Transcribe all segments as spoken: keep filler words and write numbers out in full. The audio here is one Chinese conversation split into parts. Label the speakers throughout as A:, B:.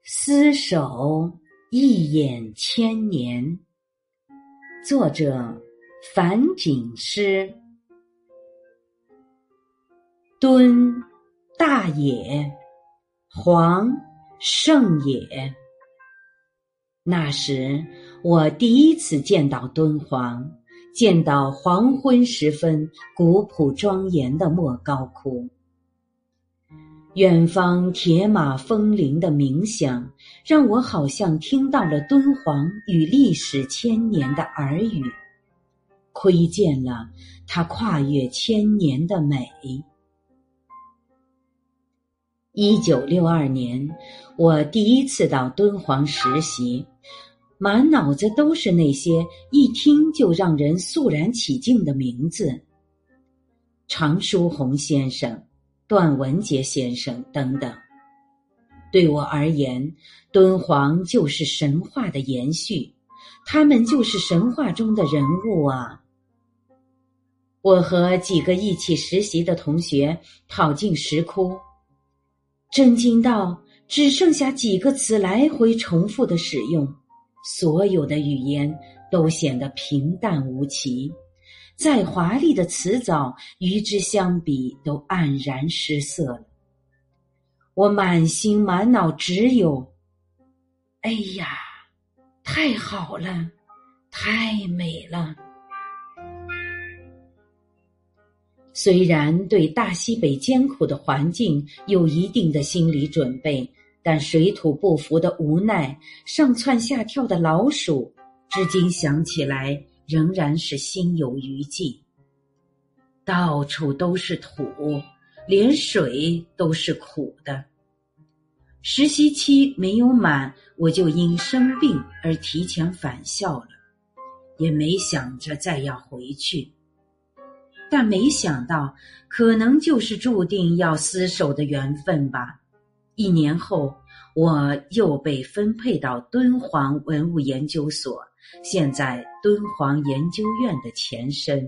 A: 厮守一眼千年。作者樊锦诗。敦，大也；黄，盛也。那时我第一次见到敦煌，见到黄昏时分古朴庄严的莫高窟。远方铁马风铃的鸣响，让我好像听到了敦煌与历史千年的耳语，窥见了它跨越千年的美。一九六二年，我第一次到敦煌实习，满脑子都是那些一听就让人肃然起敬的名字：常书鸿先生、段文杰先生等等。对我而言，敦煌就是神话的延续，他们就是神话中的人物啊。我和几个一起实习的同学跑进石窟，震惊到只剩下几个词来回重复的使用，所有的语言都显得平淡无奇，再华丽的词藻与之相比都黯然失色了。我满心满脑只有哎呀，太好了，太美了。虽然对大西北艰苦的环境有一定的心理准备，但水土不服的无奈，上蹿下跳的老鼠，至今想起来仍然是心有余悸。到处都是土，连水都是苦的。实习期没有满，我就因生病而提前返校了，也没想着再要回去。但没想到，可能就是注定要厮守的缘分吧。一年后，我又被分配到敦煌文物研究所，现在敦煌研究院的前身。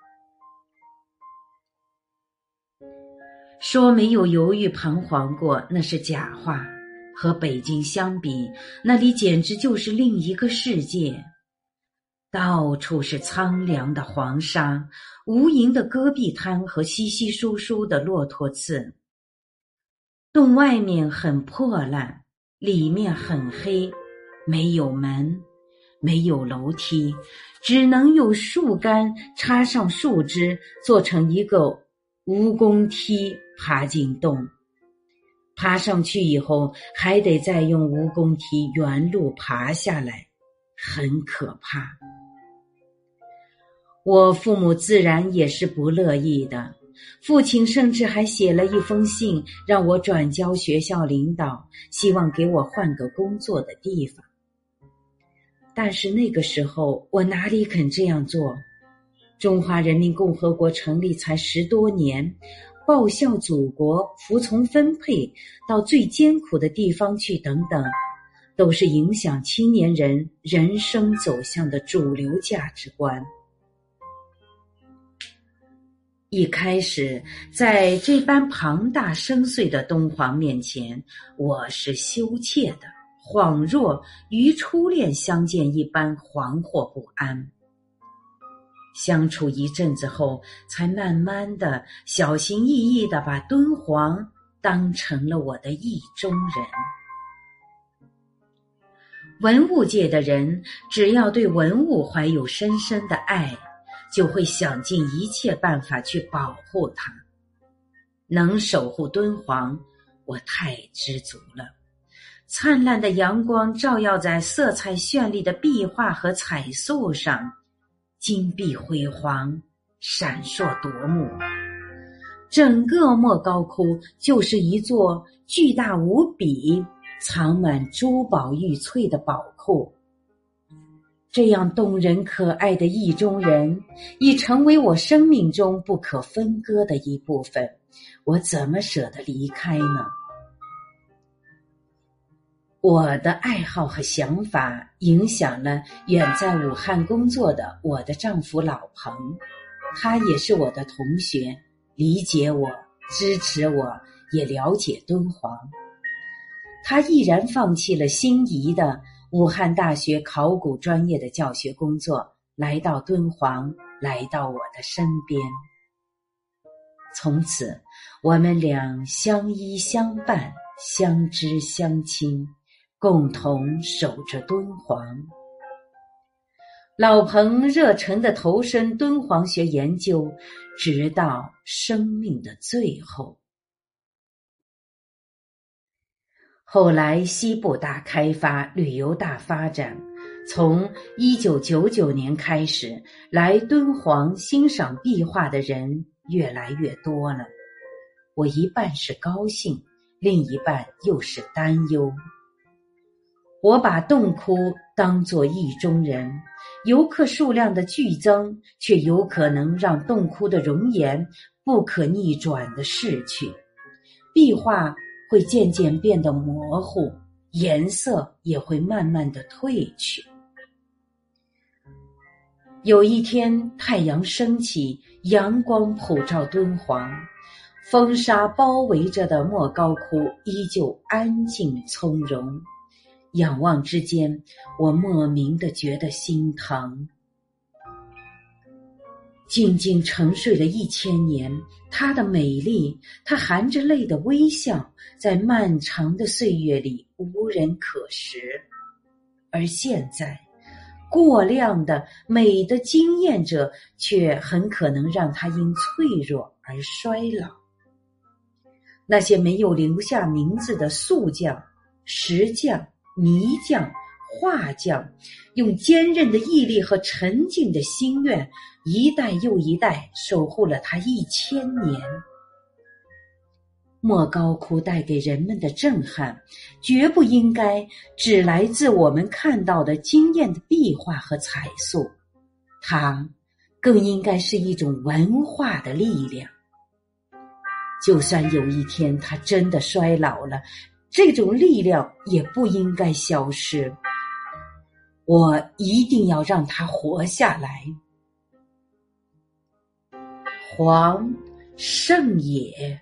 A: 说没有犹豫彷徨过，那是假话。和北京相比，那里简直就是另一个世界。到处是苍凉的黄沙，无垠的戈壁滩和稀稀疏疏的骆驼刺。洞外面很破烂，里面很黑，没有门，没有楼梯，只能用树干插上树枝，做成一个蜈蚣梯爬进洞。爬上去以后，还得再用蜈蚣梯原路爬下来，很可怕。我父母自然也是不乐意的，父亲甚至还写了一封信让我转交学校领导，希望给我换个工作的地方。但是那个时候我哪里肯这样做？中华人民共和国成立才十多年，报效祖国、服从分配到最艰苦的地方去等等，都是影响青年人人生走向的主流价值观。一开始，在这般庞大深邃的敦煌面前，我是羞怯的，恍若与初恋相见一般惶惑不安。相处一阵子后，才慢慢的小心翼翼地把敦煌当成了我的意中人。文物界的人，只要对文物怀有深深的爱，就会想尽一切办法去保护它。能守护敦煌，我太知足了。灿烂的阳光照耀在色彩绚丽的壁画和彩塑上，金碧辉煌，闪烁夺目。整个莫高窟就是一座巨大无比、藏满珠宝玉翠的宝库。这样动人可爱的意中人，已成为我生命中不可分割的一部分，我怎么舍得离开呢？我的爱好和想法影响了远在武汉工作的我的丈夫老彭，他也是我的同学，理解我，支持我，也了解敦煌。 他毅然放弃了心仪的武汉大学考古专业的教学工作，来到敦煌，来到我的身边。从此，我们俩相依相伴，相知相亲，共同守着敦煌。老彭热诚地投身敦煌学研究，直到生命的最后。后来西部大开发，旅游大发展，从一九九九年开始，来敦煌欣赏壁画的人越来越多了。我一半是高兴，另一半又是担忧。我把洞窟当作意中人，游客数量的剧增，却有可能让洞窟的容颜不可逆转地逝去，壁画会渐渐变得模糊，颜色也会慢慢地褪去。有一天，太阳升起，阳光普照敦煌，风沙包围着的莫高窟依旧安静从容。仰望之间，我莫名地觉得心疼。静静沉睡了一千年，她的美丽，她含着泪的微笑，在漫长的岁月里无人可识。而现在，过量的美的惊艳着，却很可能让她因脆弱而衰老。那些没有留下名字的塑匠、石匠、泥匠、画匠，用坚韧的毅力和沉静的心愿，一代又一代守护了它一千年。莫高窟带给人们的震撼，绝不应该只来自我们看到的惊艳的壁画和彩塑，它更应该是一种文化的力量。就算有一天它真的衰老了，这种力量也不应该消失。我一定要让它活下来。黄圣也。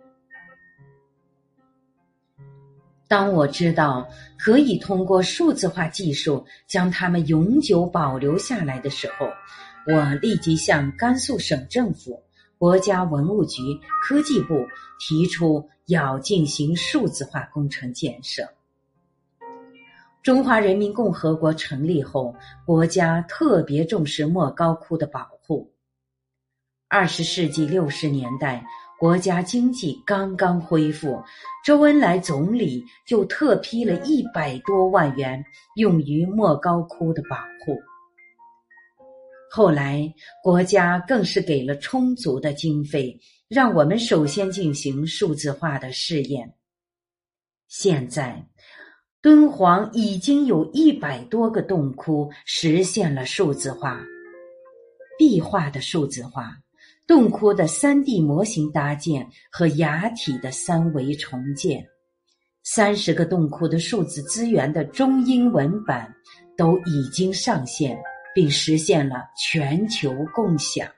A: 当我知道可以通过数字化技术将它们永久保留下来的时候，我立即向甘肃省政府、国家文物局、科技部提出要进行数字化工程建设。中华人民共和国成立后，国家特别重视莫高窟的保护。二十世纪六十年代，国家经济刚刚恢复，周恩来总理就特批了一百多万元用于莫高窟的保护。后来，国家更是给了充足的经费，让我们首先进行数字化的试验。现在，敦煌已经有一百多个洞窟实现了数字化，壁画的数字化，洞窟的 三 D 模型搭建和崖体的三维重建，三十个洞窟的数字资源的中英文版都已经上线，并实现了全球共享。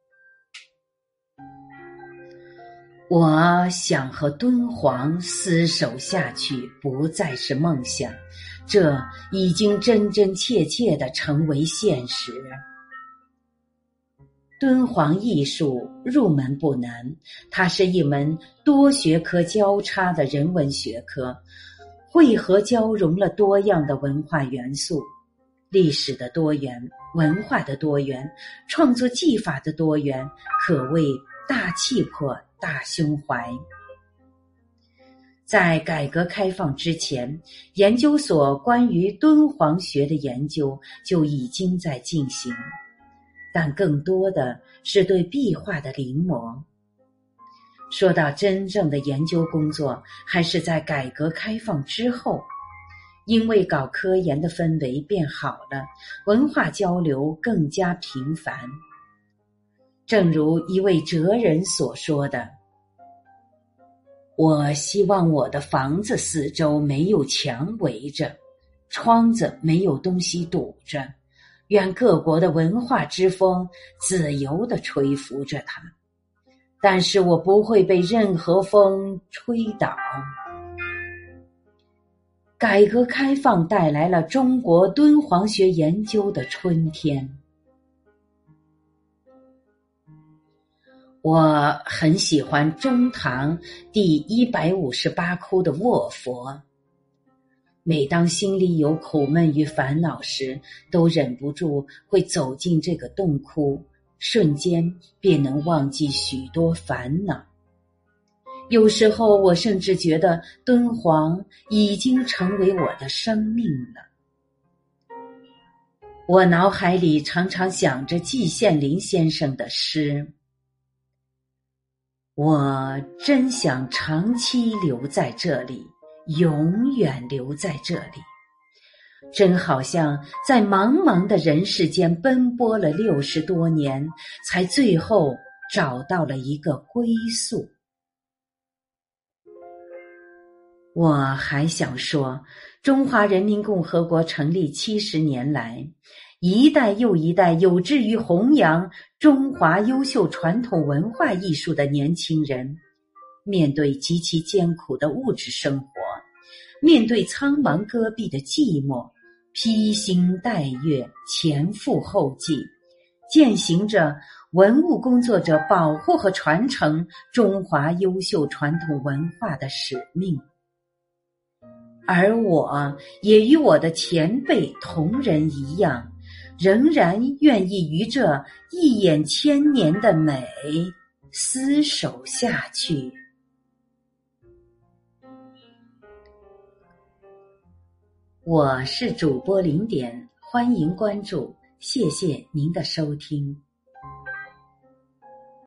A: 我想和敦煌厮守下去，不再是梦想，这已经真真切切地成为现实。敦煌艺术入门不难，它是一门多学科交叉的人文学科，汇合交融了多样的文化元素，历史的多元、文化的多元、创作技法的多元，可谓大气魄、大胸怀。在改革开放之前，研究所关于敦煌学的研究就已经在进行，但更多的是对壁画的临摹。说到真正的研究工作，还是在改革开放之后，因为搞科研的氛围变好了，文化交流更加频繁。正如一位哲人所说的，我希望我的房子四周没有墙围着，窗子没有东西堵着，愿各国的文化之风自由地吹拂着它，但是我不会被任何风吹倒。 改革开放带来了中国敦煌学研究的春天。我很喜欢中唐第一百五十八窟的卧佛，每当心里有苦闷与烦恼时，都忍不住会走进这个洞窟，瞬间便能忘记许多烦恼。有时候我甚至觉得敦煌已经成为我的生命了。我脑海里常常想着季羡林先生的诗，我真想长期留在这里，永远留在这里，真好像在茫茫的人世间奔波了六十多年，才最后找到了一个归宿。我还想说，中华人民共和国成立七十年来，一代又一代有志于弘扬中华优秀传统文化艺术的年轻人，面对极其艰苦的物质生活，面对苍茫戈壁的寂寞，披星戴月，前赴后继，践行着文物工作者保护和传承中华优秀传统文化的使命。而我也与我的前辈同仁一样，仍然愿意于这一眼千年的美厮守下去。我是主播零点，欢迎关注，谢谢您的收听。